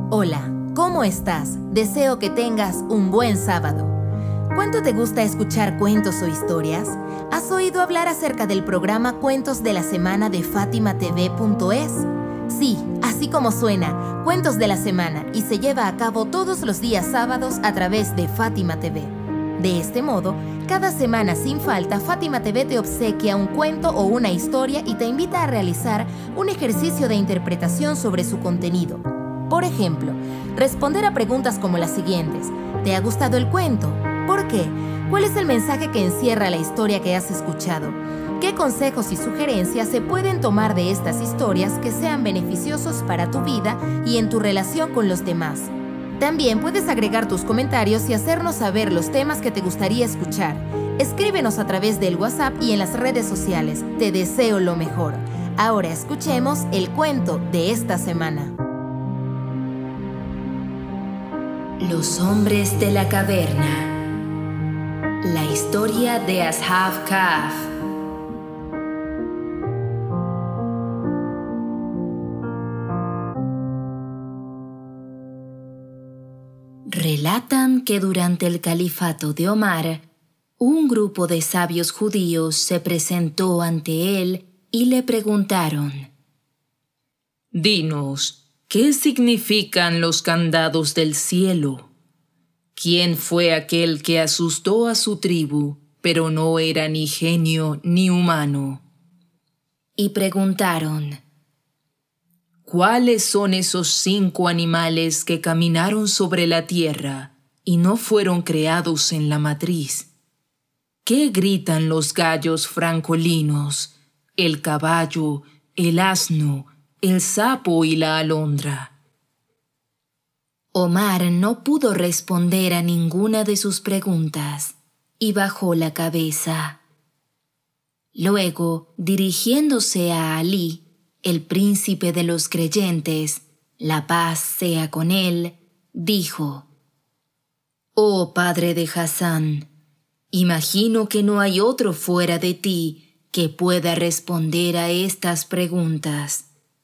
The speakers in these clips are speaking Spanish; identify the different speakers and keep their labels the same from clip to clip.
Speaker 1: Hola, ¿cómo estás? Deseo que tengas un buen sábado. ¿Cuánto te gusta escuchar cuentos o historias? ¿Has oído hablar acerca del programa Cuentos de la Semana de FatimaTV.es? Sí, así como suena, Cuentos de la Semana, y se lleva a cabo todos los días sábados a través de Fátima TV. De este modo, cada semana sin falta, Fátima TV te obsequia un cuento o una historia y te invita a realizar un ejercicio de interpretación sobre su contenido. Por ejemplo, responder a preguntas como las siguientes. ¿Te ha gustado el cuento? ¿Por qué? ¿Cuál es el mensaje que encierra la historia que has escuchado? ¿Qué consejos y sugerencias se pueden tomar de estas historias que sean beneficiosos para tu vida y en tu relación con los demás? También puedes agregar tus comentarios y hacernos saber los temas que te gustaría escuchar. Escríbenos a través del WhatsApp y en las redes sociales. Te deseo lo mejor. Ahora escuchemos el cuento de esta semana.
Speaker 2: Los hombres de la caverna. La historia de Ashab Kahf. Relatan que durante el califato de Omar, un grupo de sabios judíos se presentó ante él y le preguntaron:
Speaker 3: Dinos, ¿qué significan los candados del cielo? ¿Quién fue aquel que asustó a su tribu, pero no era ni genio ni humano?
Speaker 2: Y preguntaron:
Speaker 3: ¿Cuáles son esos 5 animales que caminaron sobre la tierra y no fueron creados en la matriz? ¿Qué gritan los gallos francolinos, el caballo, el asno, el sapo y la alondra?
Speaker 2: Omar no pudo responder a ninguna de sus preguntas y bajó la cabeza. Luego, dirigiéndose a Ali, el príncipe de los creyentes, la paz sea con él, dijo: «Oh padre de Hassan, imagino que no hay otro fuera de ti que pueda responder a estas preguntas».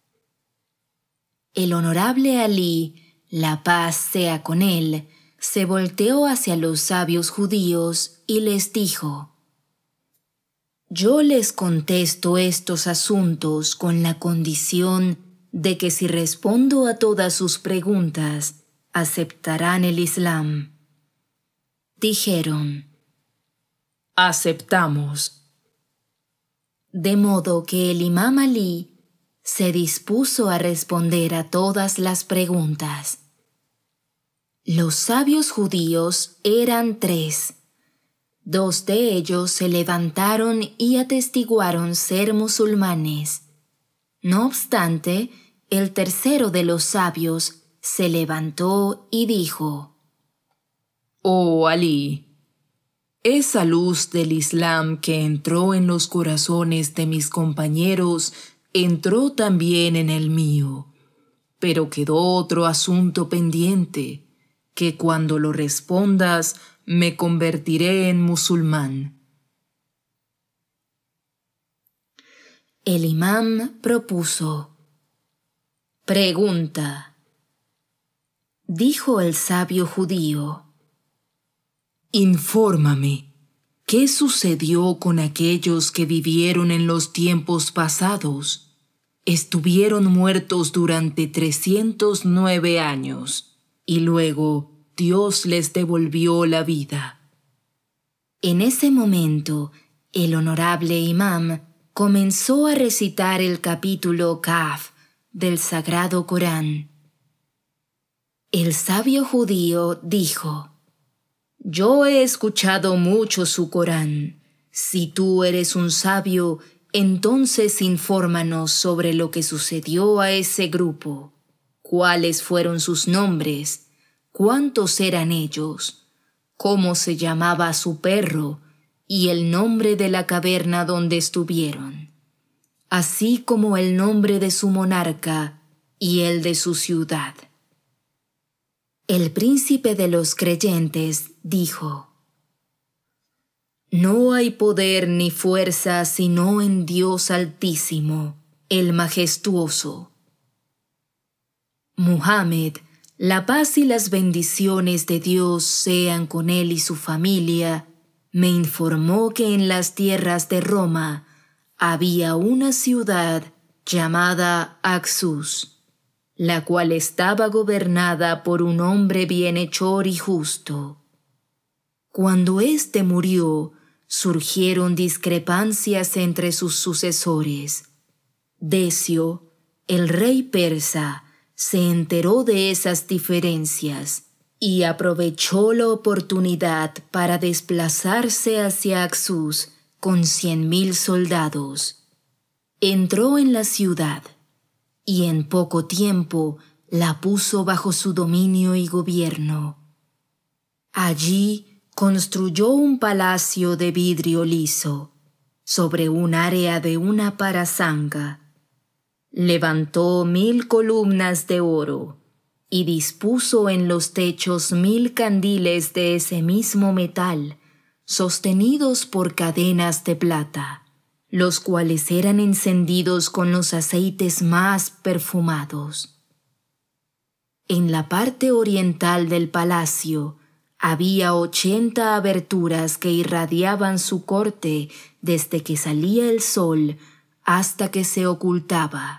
Speaker 2: El honorable Ali, la paz sea con él, se volteó hacia los sabios judíos y les dijo: «Yo les contesto estos asuntos con la condición de que si respondo a todas sus preguntas, aceptarán el Islam». Dijeron:
Speaker 3: «Aceptamos».
Speaker 2: De modo que el imam Ali se dispuso a responder a todas las preguntas. Los sabios judíos eran 3. 2 de ellos se levantaron y atestiguaron ser musulmanes. No obstante, el tercero de los sabios se levantó y dijo:
Speaker 3: «Oh Ali, esa luz del Islam que entró en los corazones de mis compañeros entró también en el mío, pero quedó otro asunto pendiente, que cuando lo respondas me convertiré en musulmán».
Speaker 2: El imam propuso: «Pregunta». Dijo el sabio judío:
Speaker 3: «Infórmame, ¿qué sucedió con aquellos que vivieron en los tiempos pasados? Estuvieron muertos durante 309 años, y luego Dios les devolvió la vida».
Speaker 2: En ese momento, el honorable imam comenzó a recitar el capítulo Kahf del Sagrado Corán. El sabio judío dijo: «Yo he escuchado mucho su Corán. Si tú eres un sabio, entonces infórmanos sobre lo que sucedió a ese grupo. ¿Cuáles fueron sus nombres? ¿Cuántos eran ellos? ¿Cómo se llamaba su perro? Y el nombre de la caverna donde estuvieron, así como el nombre de su monarca y el de su ciudad». El príncipe de los creyentes dijo: «No hay poder ni fuerza sino en Dios Altísimo, el Majestuoso. Muhammad, La paz y las bendiciones de Dios sean con él y su familia, me informó que en las tierras de Roma había una ciudad llamada Axus, la cual estaba gobernada por un hombre bienhechor y justo. Cuando éste murió, surgieron discrepancias entre sus sucesores. Decio, el rey persa, se enteró de esas diferencias y aprovechó la oportunidad para desplazarse hacia Axus con 100,000 soldados. Entró en la ciudad y en poco tiempo la puso bajo su dominio y gobierno. Allí construyó un palacio de vidrio liso sobre un área de una parazanga. Levantó 1,000 columnas de oro y dispuso en los techos 1,000 candiles de ese mismo metal, sostenidos por cadenas de plata, los cuales eran encendidos con los aceites más perfumados. En la parte oriental del palacio había 80 aberturas que irradiaban su corte desde que salía el sol hasta que se ocultaba.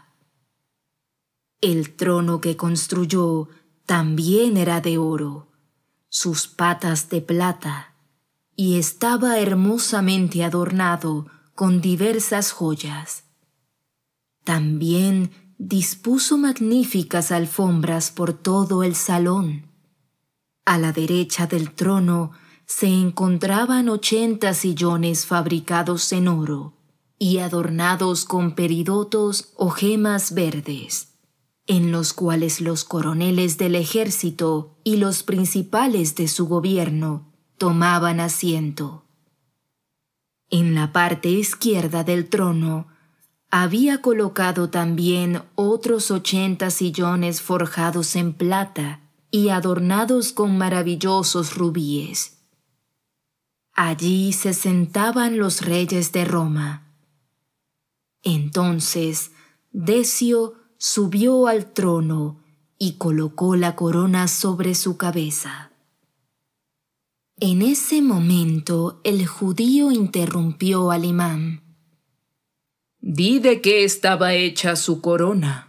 Speaker 2: El trono que construyó también era de oro, sus patas de plata, y estaba hermosamente adornado con diversas joyas. También dispuso magníficas alfombras por todo el salón. A la derecha del trono se encontraban 80 sillones fabricados en oro y adornados con peridotos o gemas verdes, en los cuales los coroneles del ejército y los principales de su gobierno tomaban asiento. En la parte izquierda del trono había colocado también otros 80 sillones forjados en plata y adornados con maravillosos rubíes. Allí se sentaban los reyes de Roma. Entonces Decio subió al trono y colocó la corona sobre su cabeza. En ese momento el judío interrumpió al imán.
Speaker 3: «Di de qué estaba hecha su corona».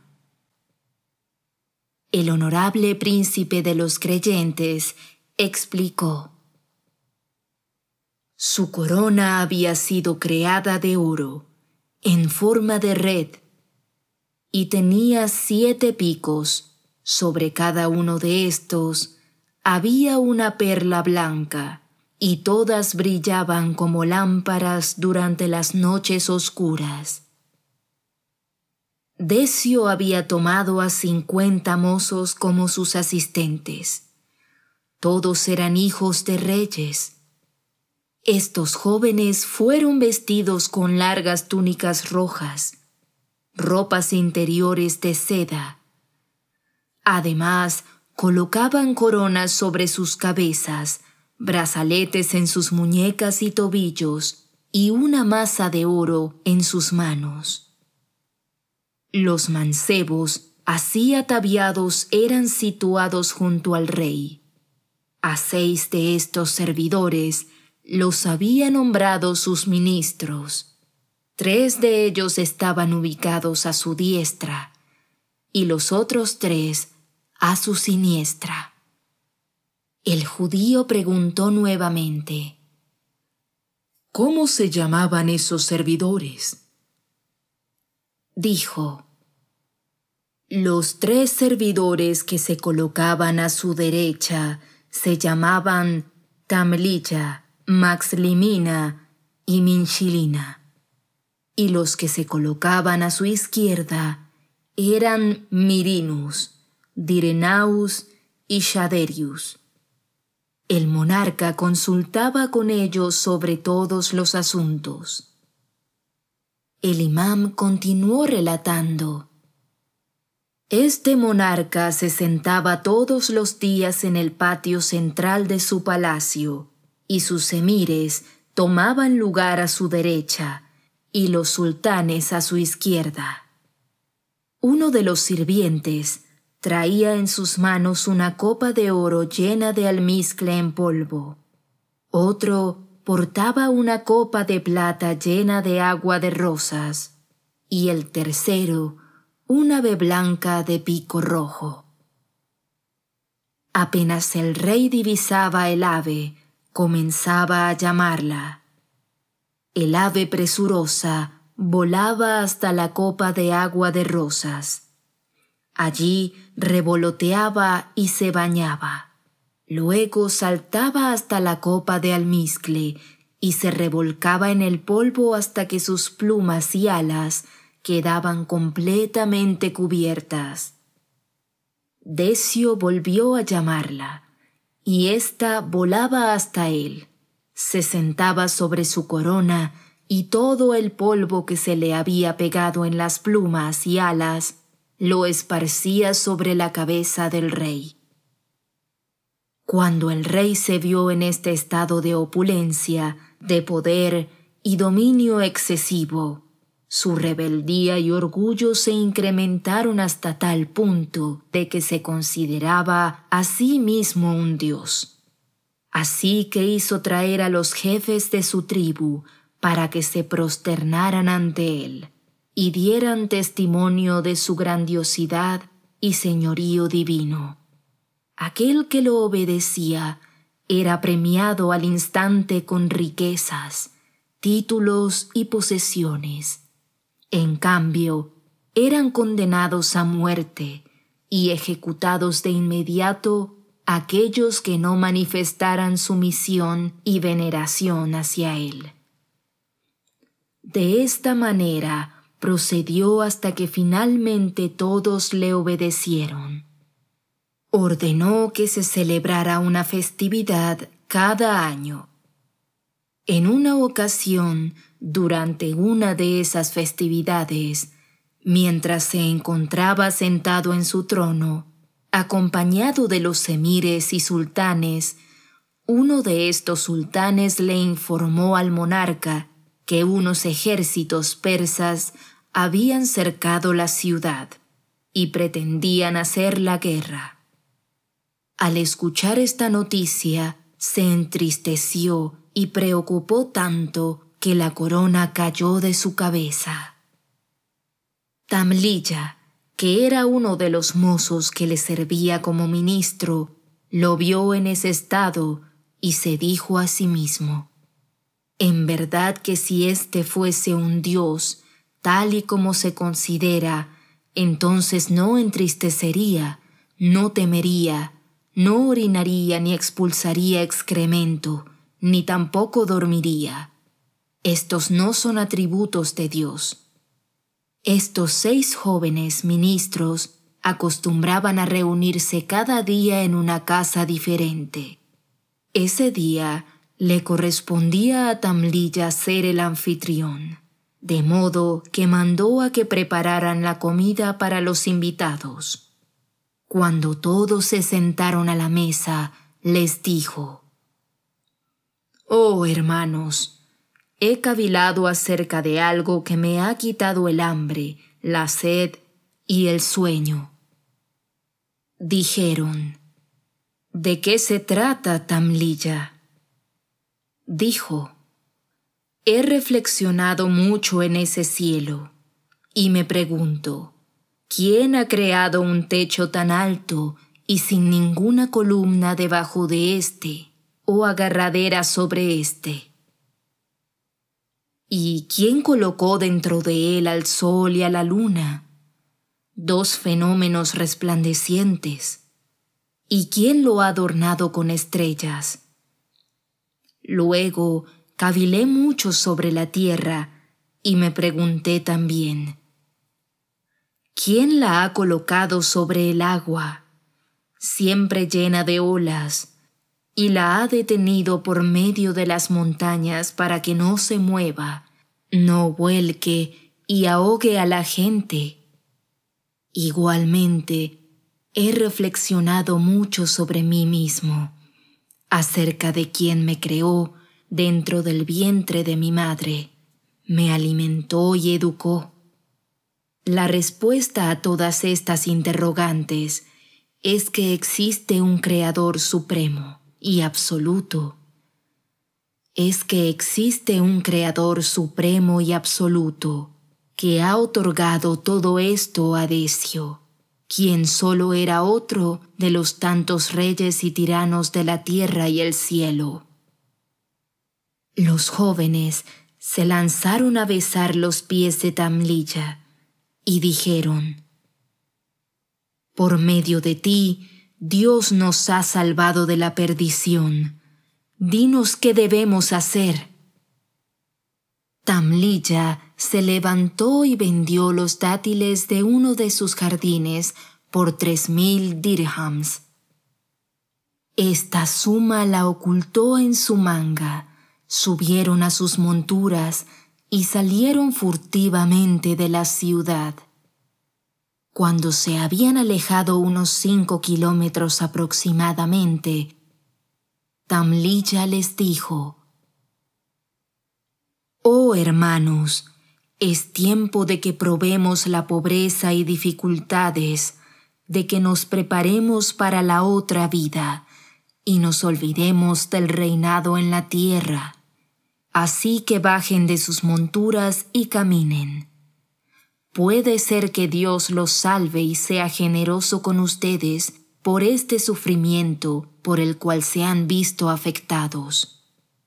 Speaker 2: El honorable príncipe de los creyentes explicó. Su corona había sido creada de oro, en forma de red, y tenía 7 picos. Sobre cada uno de estos había una perla blanca, y todas brillaban como lámparas durante las noches oscuras. Decio había tomado a 50 mozos como sus asistentes. Todos eran hijos de reyes. Estos jóvenes fueron vestidos con largas túnicas rojas, ropas interiores de seda. Además, colocaban coronas sobre sus cabezas, brazaletes en sus muñecas y tobillos, y una maza de oro en sus manos. Los mancebos, así ataviados, eran situados junto al rey. A 6 de estos servidores los había nombrado sus ministros. 3 de ellos estaban ubicados a su diestra y los otros 3 a su siniestra. El judío preguntó nuevamente:
Speaker 3: ¿Cómo se llamaban esos servidores?
Speaker 2: Dijo: los 3 servidores que se colocaban a su derecha se llamaban Tamlilla, Maxlimina y Minchilina, y los que se colocaban a su izquierda eran Mirinus, Direnaus y Shaderius. El monarca consultaba con ellos sobre todos los asuntos. El imán continuó relatando. Este monarca se sentaba todos los días en el patio central de su palacio, y sus emires tomaban lugar a su derecha y los sultanes a su izquierda. Uno de los sirvientes traía en sus manos una copa de oro llena de almizcle en polvo. Otro portaba una copa de plata llena de agua de rosas, y el tercero un ave blanca de pico rojo. Apenas el rey divisaba el ave, comenzaba a llamarla. El ave presurosa volaba hasta la copa de agua de rosas. Allí revoloteaba y se bañaba. Luego saltaba hasta la copa de almizcle y se revolcaba en el polvo hasta que sus plumas y alas quedaban completamente cubiertas. Decio volvió a llamarla, y ésta volaba hasta él. Se sentaba sobre su corona, y todo el polvo que se le había pegado en las plumas y alas lo esparcía sobre la cabeza del rey. Cuando el rey se vio en este estado de opulencia, de poder y dominio excesivo, su rebeldía y orgullo se incrementaron hasta tal punto de que se consideraba a sí mismo un dios. Así que hizo traer a los jefes de su tribu para que se prosternaran ante él y dieran testimonio de su grandiosidad y señorío divino. Aquel que lo obedecía era premiado al instante con riquezas, títulos y posesiones. En cambio, eran condenados a muerte y ejecutados de inmediato aquellos que no manifestaran sumisión y veneración hacia él. De esta manera procedió hasta que finalmente todos le obedecieron. Ordenó que se celebrara una festividad cada año. En una ocasión, durante una de esas festividades, mientras se encontraba sentado en su trono, acompañado de los emires y sultanes, uno de estos sultanes le informó al monarca que unos ejércitos persas habían cercado la ciudad y pretendían hacer la guerra. Al escuchar esta noticia, se entristeció y preocupó tanto que la corona cayó de su cabeza. Tamlilla, que era uno de los mozos que le servía como ministro, lo vio en ese estado y se dijo a sí mismo: en verdad que si éste fuese un dios, tal y como se considera, entonces no entristecería, no temería, no orinaría ni expulsaría excremento, ni tampoco dormiría. Estos no son atributos de Dios. Estos 6 jóvenes ministros acostumbraban a reunirse cada día en una casa diferente. Ese día le correspondía a Tamlilla ser el anfitrión, de modo que mandó a que prepararan la comida para los invitados. Cuando todos se sentaron a la mesa, les dijo: «Oh, hermanos, he cavilado acerca de algo que me ha quitado el hambre, la sed y el sueño». Dijeron: «¿De qué se trata, Tamlilla?». Dijo: «He reflexionado mucho en ese cielo y me pregunto, ¿quién ha creado un techo tan alto y sin ninguna columna debajo de éste o agarradera sobre éste? ¿Y quién colocó dentro de él al sol y a la luna, 2 fenómenos resplandecientes? ¿Y quién lo ha adornado con estrellas? Luego cavilé mucho sobre la tierra y me pregunté también, ¿quién la ha colocado sobre el agua, siempre llena de olas, y la ha detenido por medio de las montañas para que no se mueva, no vuelque y ahogue a la gente? Igualmente, he reflexionado mucho sobre mí mismo, acerca de quien me creó dentro del vientre de mi madre, me alimentó y educó. La respuesta a todas estas interrogantes es que existe un Creador supremo y absoluto. Es que existe un Creador supremo y absoluto que ha otorgado todo esto a Decio, quien solo era otro de los tantos reyes y tiranos de la tierra y el cielo. Los jóvenes se lanzaron a besar los pies de Tamlilla y dijeron: «Por medio de ti, Dios nos ha salvado de la perdición. Dinos qué debemos hacer». Tamlilla se levantó y vendió los dátiles de uno de sus jardines por 3,000 dirhams. Esta suma la ocultó en su manga, subieron a sus monturas y salieron furtivamente de la ciudad. Cuando se habían alejado unos 5 kilómetros aproximadamente, Tamlilla les dijo: «Oh hermanos, es tiempo de que probemos la pobreza y dificultades, de que nos preparemos para la otra vida y nos olvidemos del reinado en la tierra. Así que bajen de sus monturas y caminen. Puede ser que Dios los salve y sea generoso con ustedes por este sufrimiento por el cual se han visto afectados».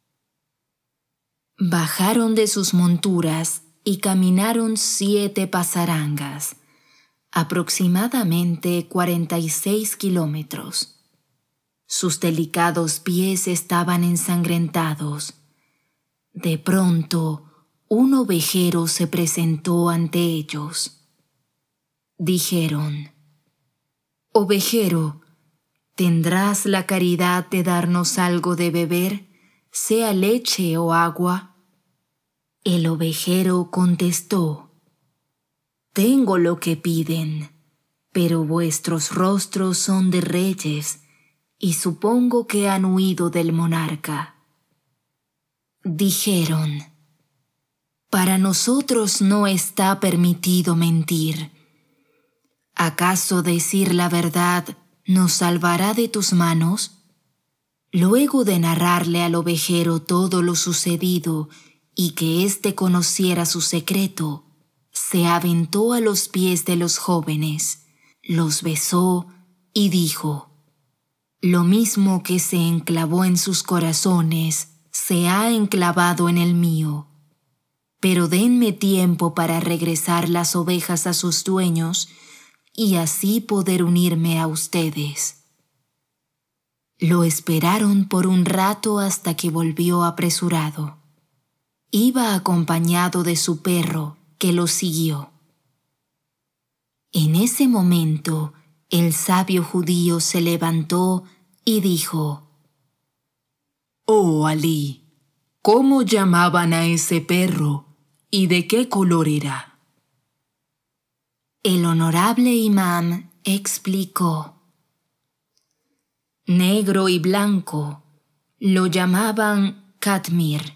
Speaker 2: Bajaron de sus monturas y caminaron 7 pasarangas, aproximadamente 46 kilómetros. Sus delicados pies estaban ensangrentados. De pronto, un ovejero se presentó ante ellos. Dijeron: «Ovejero, ¿tendrás la caridad de darnos algo de beber, sea leche o agua?» El ovejero contestó: «Tengo lo que piden, pero vuestros rostros son de reyes y supongo que han huido del monarca». Dijeron: «Para nosotros no está permitido mentir. ¿Acaso decir la verdad nos salvará de tus manos?» Luego de narrarle al ovejero todo lo sucedido y que éste conociera su secreto, se aventó a los pies de los jóvenes, los besó y dijo: «Lo mismo que se enclavó en sus corazones, se ha enclavado en el mío. Pero denme tiempo para regresar las ovejas a sus dueños y así poder unirme a ustedes». Lo esperaron por un rato hasta que volvió apresurado. Iba acompañado de su perro, que lo siguió. En ese momento, el sabio judío se levantó y dijo: «Oh Alí, ¿cómo llamaban a ese perro y de qué color era?» El honorable imam explicó: «Negro y blanco, lo llamaban Katmir».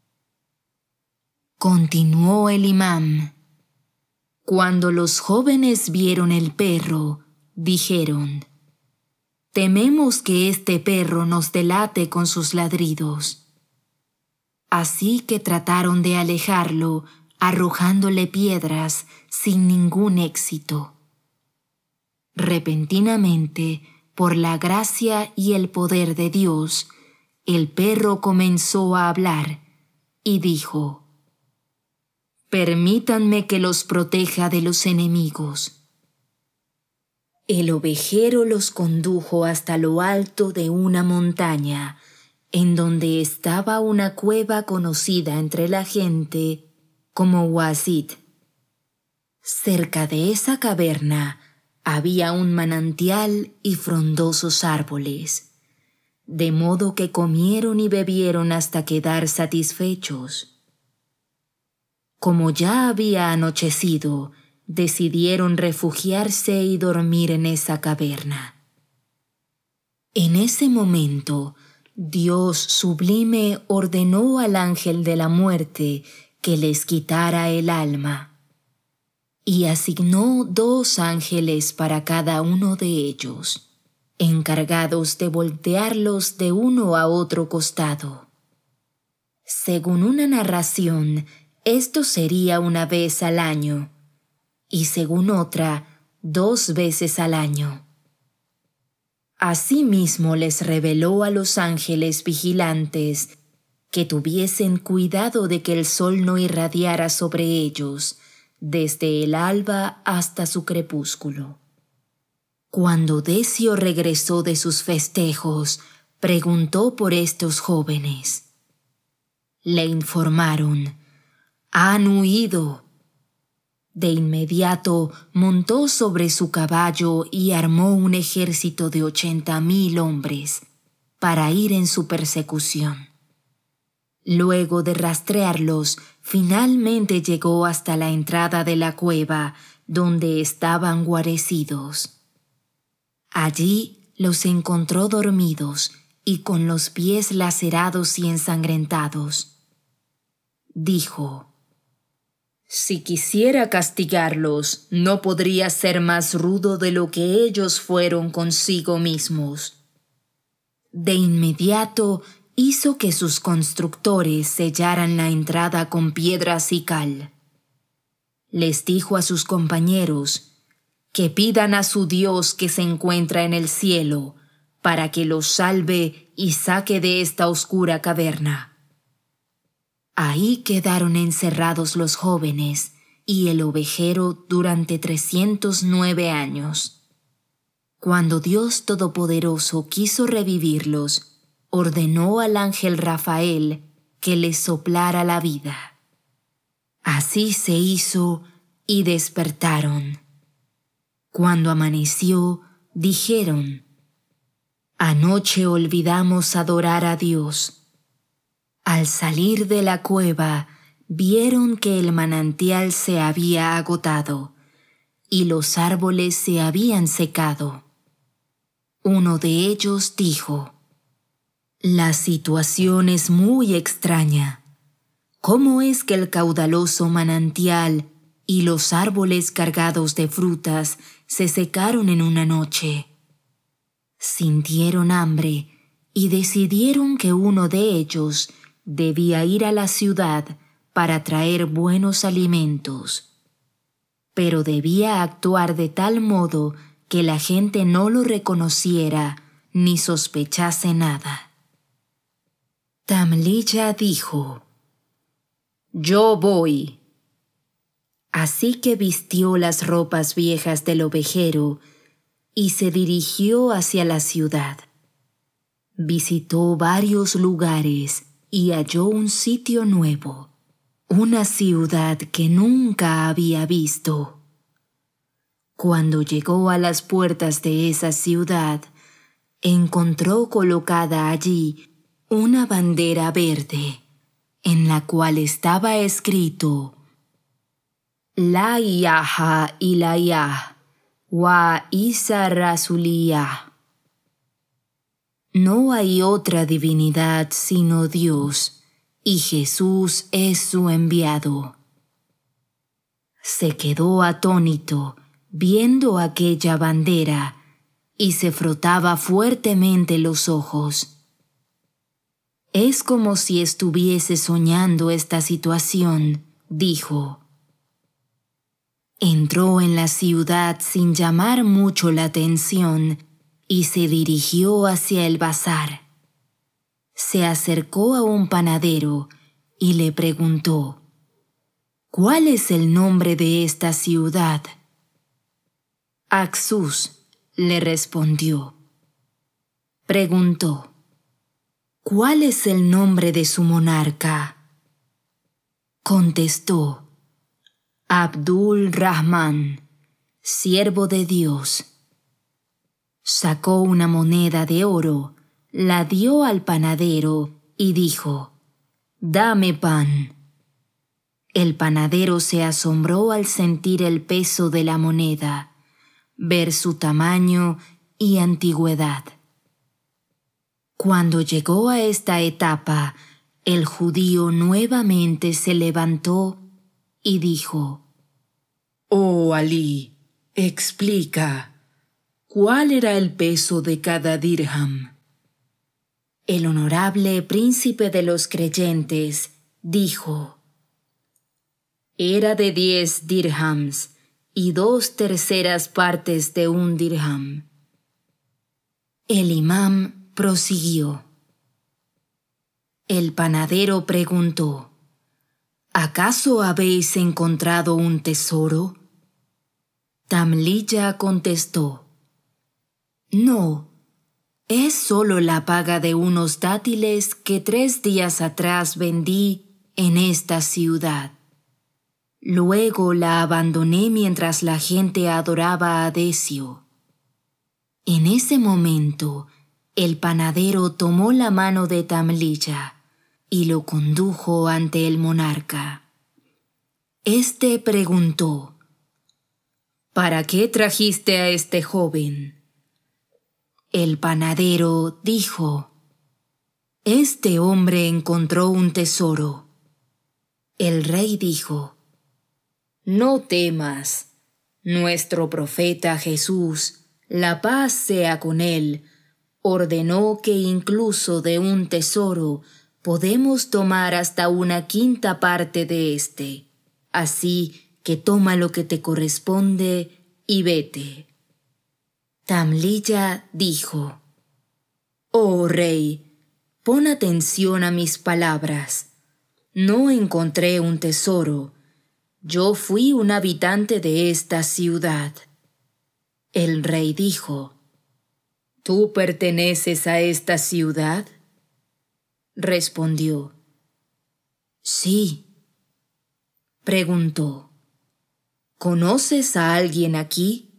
Speaker 2: Continuó el imam: «Cuando los jóvenes vieron el perro, dijeron: tememos que este perro nos delate con sus ladridos. Así que trataron de alejarlo, arrojándole piedras sin ningún éxito. Repentinamente, por la gracia y el poder de Dios, el perro comenzó a hablar y dijo: «Permítanme que los proteja de los enemigos». El ovejero los condujo hasta lo alto de una montaña, en donde estaba una cueva conocida entre la gente como Wasit. Cerca de esa caverna había un manantial y frondosos árboles, de modo que comieron y bebieron hasta quedar satisfechos. Como ya había anochecido, decidieron refugiarse y dormir en esa caverna. En ese momento, Dios sublime ordenó al ángel de la muerte que les quitara el alma, y asignó 2 ángeles para cada uno de ellos. encargados de voltearlos de uno a otro costado. Según una narración, esto sería una vez al año, y según otra, 2 veces al año. Asimismo les reveló a los ángeles vigilantes que tuviesen cuidado de que el sol no irradiara sobre ellos desde el alba hasta su crepúsculo. Cuando Decio regresó de sus festejos, preguntó por estos jóvenes. Le informaron: «Han huido». De inmediato montó sobre su caballo y armó un ejército de 80,000 hombres para ir en su persecución. Luego de rastrearlos, finalmente llegó hasta la entrada de la cueva donde estaban guarecidos. Allí los encontró dormidos y con los pies lacerados y ensangrentados. Dijo: «Si quisiera castigarlos, no podría ser más rudo de lo que ellos fueron consigo mismos». De inmediato hizo que sus constructores sellaran la entrada con piedras y cal. Les dijo a sus compañeros que pidan a su Dios que se encuentra en el cielo para que los salve y saque de esta oscura caverna. Ahí quedaron encerrados los jóvenes y el ovejero durante 309 años. Cuando Dios Todopoderoso quiso revivirlos, ordenó al ángel Rafael que les soplara la vida. Así se hizo y despertaron. Cuando amaneció, dijeron: «Anoche olvidamos adorar a Dios». Al salir de la cueva, vieron que el manantial se había agotado y los árboles se habían secado. Uno de ellos dijo: «La situación es muy extraña. ¿Cómo es que el caudaloso manantial y los árboles cargados de frutas se secaron en una noche?» Sintieron hambre y decidieron que uno de ellos debía ir a la ciudad para traer buenos alimentos. Pero debía actuar de tal modo que la gente no lo reconociera ni sospechase nada. Tamlilla dijo: «Yo voy». Así que vistió las ropas viejas del ovejero y se dirigió hacia la ciudad. Visitó varios lugares y halló un sitio nuevo, una ciudad que nunca había visto. Cuando llegó a las puertas de esa ciudad, encontró colocada allí una bandera verde, en la cual estaba escrito: «La ilaha illallah wa Isa Rasulillah». No hay otra divinidad sino Dios, y Jesús es su enviado. Se quedó atónito viendo aquella bandera y se frotaba fuertemente los ojos. Es como si estuviese soñando esta situación, dijo. Entró en la ciudad sin llamar mucho la atención y se dirigió hacia el bazar. Se acercó a un panadero y le preguntó: «¿Cuál es el nombre de esta ciudad?». «Axus», le respondió. Preguntó: «¿Cuál es el nombre de su monarca?». Contestó: «Abdul Rahman, siervo de Dios». Sacó una moneda de oro, la dio al panadero y dijo: «Dame pan». El panadero se asombró al sentir el peso de la moneda, ver su tamaño y antigüedad. Cuando llegó a esta etapa, el judío nuevamente se levantó y dijo:
Speaker 3: «Oh Alí, explica, ¿Cuál era el peso de cada dirham?
Speaker 2: El honorable príncipe de los creyentes dijo: era de 10 dirhams y 2/3 partes de un dirham. El imam prosiguió. El panadero preguntó: ¿acaso habéis encontrado un tesoro? Tamliya contestó: no, es solo la paga de unos dátiles que 3 días atrás vendí en esta ciudad. Luego la abandoné mientras la gente adoraba a Decio. En ese momento, el panadero tomó la mano de Tamliya y lo condujo ante el monarca. Este preguntó: ¿para qué trajiste a este joven? El panadero dijo: este hombre encontró un tesoro. El rey dijo: no temas, nuestro profeta Jesús, la paz sea con él, ordenó que incluso de un tesoro podemos tomar hasta 1/5 parte de éste. Así que toma lo que te corresponde y vete. Tamliya dijo: oh rey, pon atención a mis palabras. No encontré un tesoro. Yo fui un habitante de esta ciudad. El rey dijo: ¿tú perteneces a esta ciudad? Respondió: sí. Preguntó: ¿conoces a alguien aquí?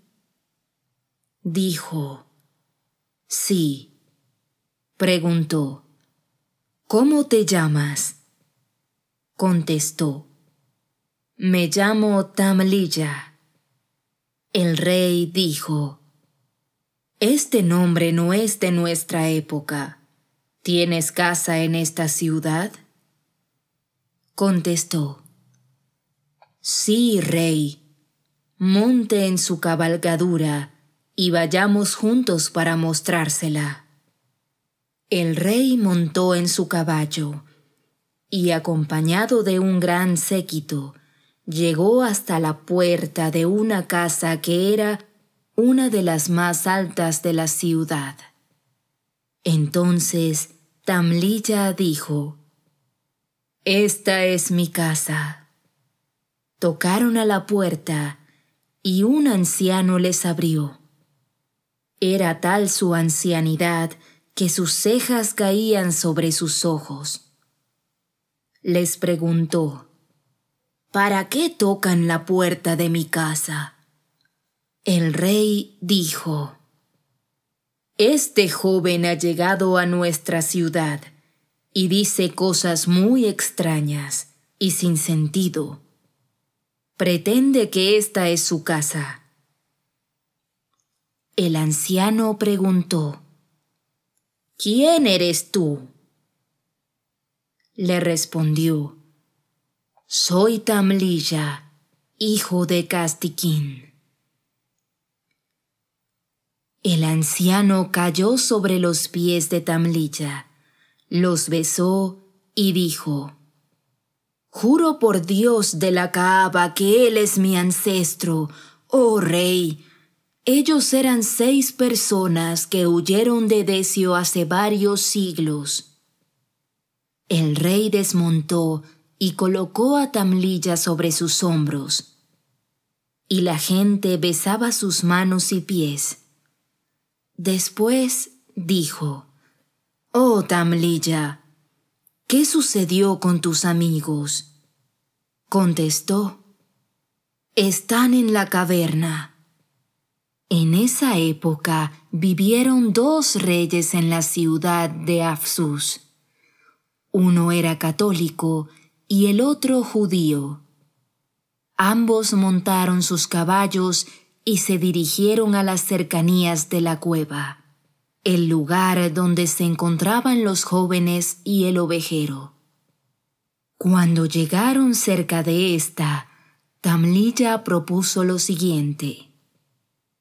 Speaker 2: Dijo: sí. Preguntó: ¿cómo te llamas? Contestó: me llamo Tamliya. El rey dijo: este nombre no es de nuestra época. ¿Tienes casa en esta ciudad? Contestó: sí, rey. Monte en su cabalgadura y vayamos juntos para mostrársela. El rey montó en su caballo y, acompañado de un gran séquito, llegó hasta la puerta de una casa que era una de las más altas de la ciudad. Entonces Tamliya dijo: esta es mi casa. Tocaron a la puerta y un anciano les abrió. Era tal su ancianidad que sus cejas caían sobre sus ojos. Les preguntó: ¿para qué tocan la puerta de mi casa? El rey dijo: este joven ha llegado a nuestra ciudad y dice cosas muy extrañas y sin sentido. Pretende que esta es su casa. El anciano preguntó: ¿quién eres tú? Le respondió: soy Tamliya, hijo de Castiquín. El anciano cayó sobre los pies de Tamliya, los besó y dijo: juro por Dios de la Kaaba que él es mi ancestro, oh rey. Ellos eran 6 personas que huyeron de Decio hace varios siglos. El rey desmontó y colocó a Tamliya sobre sus hombros, y la gente besaba sus manos y pies. Después dijo: oh Tamliya, ¿qué sucedió con tus amigos? Contestó: están en la caverna. En esa época vivieron 2 reyes en la ciudad de Afsus. Uno era católico y el otro judío. Ambos montaron sus caballos y se dirigieron a las cercanías de la cueva, el lugar donde se encontraban los jóvenes y el ovejero. Cuando llegaron cerca de esta, Tamliya propuso lo siguiente: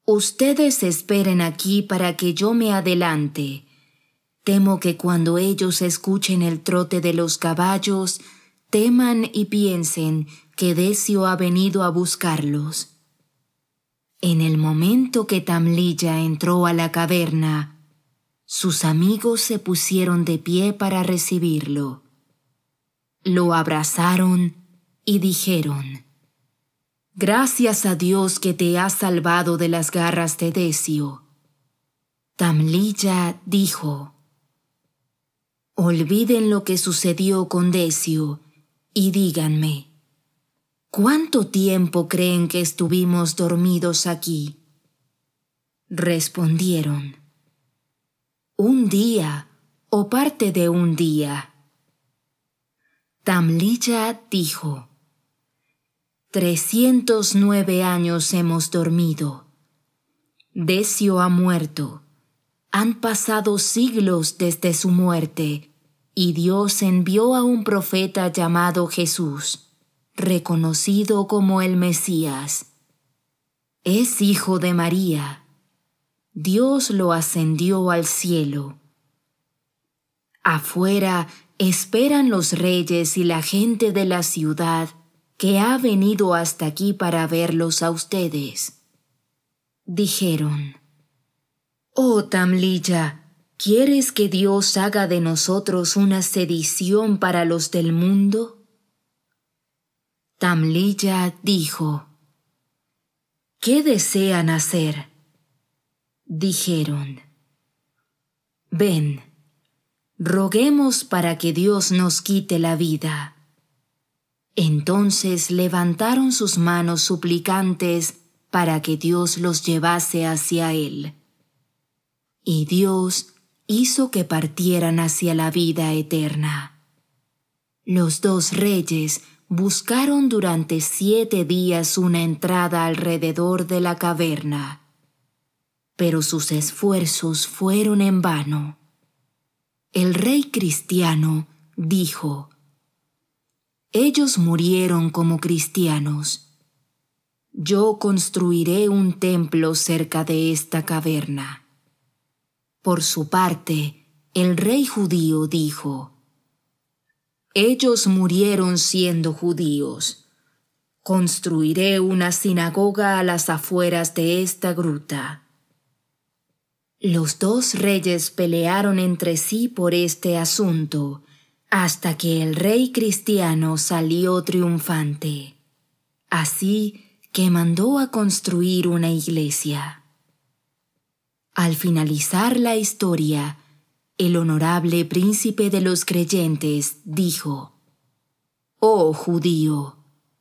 Speaker 2: Ustedes esperen aquí para que yo me adelante. Temo que cuando ellos escuchen el trote de los caballos, teman y piensen que Decio ha venido a buscarlos. En el momento que Tamlilla entró a la caverna, sus amigos se pusieron de pie para recibirlo. Lo abrazaron y dijeron: «Gracias a Dios que te has salvado de las garras de Decio». Tamlilla dijo: «Olviden lo que sucedió con Decio y díganme, ¿cuánto tiempo creen que estuvimos dormidos aquí?». Respondieron: «Un día o parte de un día». Tamlilla dijo: «309 años hemos dormido. Decio ha muerto. Han pasado siglos desde su muerte, y Dios envió a un profeta llamado Jesús, reconocido como el Mesías. Es hijo de María. Dios lo ascendió al cielo. Afuera esperan los reyes y la gente de la ciudad que ha venido hasta aquí para verlos a ustedes». Dijeron: «Oh Tamlilla, ¿quieres que Dios haga de nosotros una sedición para los del mundo?». Tamlilla dijo: «¿Qué desean hacer?». Dijeron: «Ven, roguemos para que Dios nos quite la vida». Entonces levantaron sus manos suplicantes para que Dios los llevase hacia él. Y Dios hizo que partieran hacia la vida eterna. Los dos reyes buscaron durante 7 días una entrada alrededor de la caverna, pero sus esfuerzos fueron en vano. El rey cristiano dijo: «Ellos murieron como cristianos. Yo construiré un templo cerca de esta caverna». Por su parte, el rey judío dijo: «Ellos murieron siendo judíos. Construiré una sinagoga a las afueras de esta gruta». Los dos reyes pelearon entre sí por este asunto, hasta que el rey cristiano salió triunfante. Así que mandó a construir una iglesia. Al finalizar la historia, el honorable príncipe de los creyentes dijo: «Oh judío,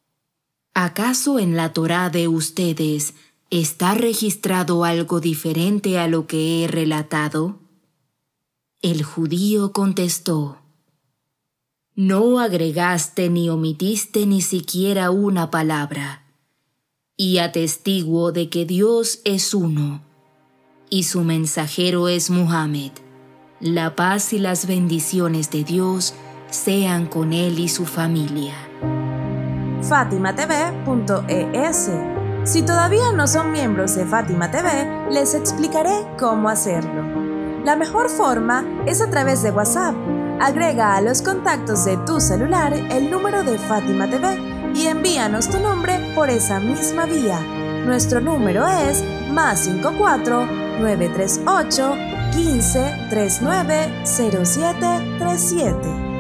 Speaker 2: ¿acaso en la Torá de ustedes está registrado algo diferente a lo que he relatado?». El judío contestó: «No agregaste ni omitiste ni siquiera una palabra, y atestiguo de que Dios es uno, y su mensajero es Muhammad. La paz y las bendiciones de Dios sean con él y su familia».
Speaker 4: FátimaTV.es. Si todavía no son miembros de Fátima TV, les explicaré cómo hacerlo. La mejor forma es a través de WhatsApp. Agrega a los contactos de tu celular el número de Fátima TV y envíanos tu nombre por esa misma vía. Nuestro número es +54 938 15 39 07 37.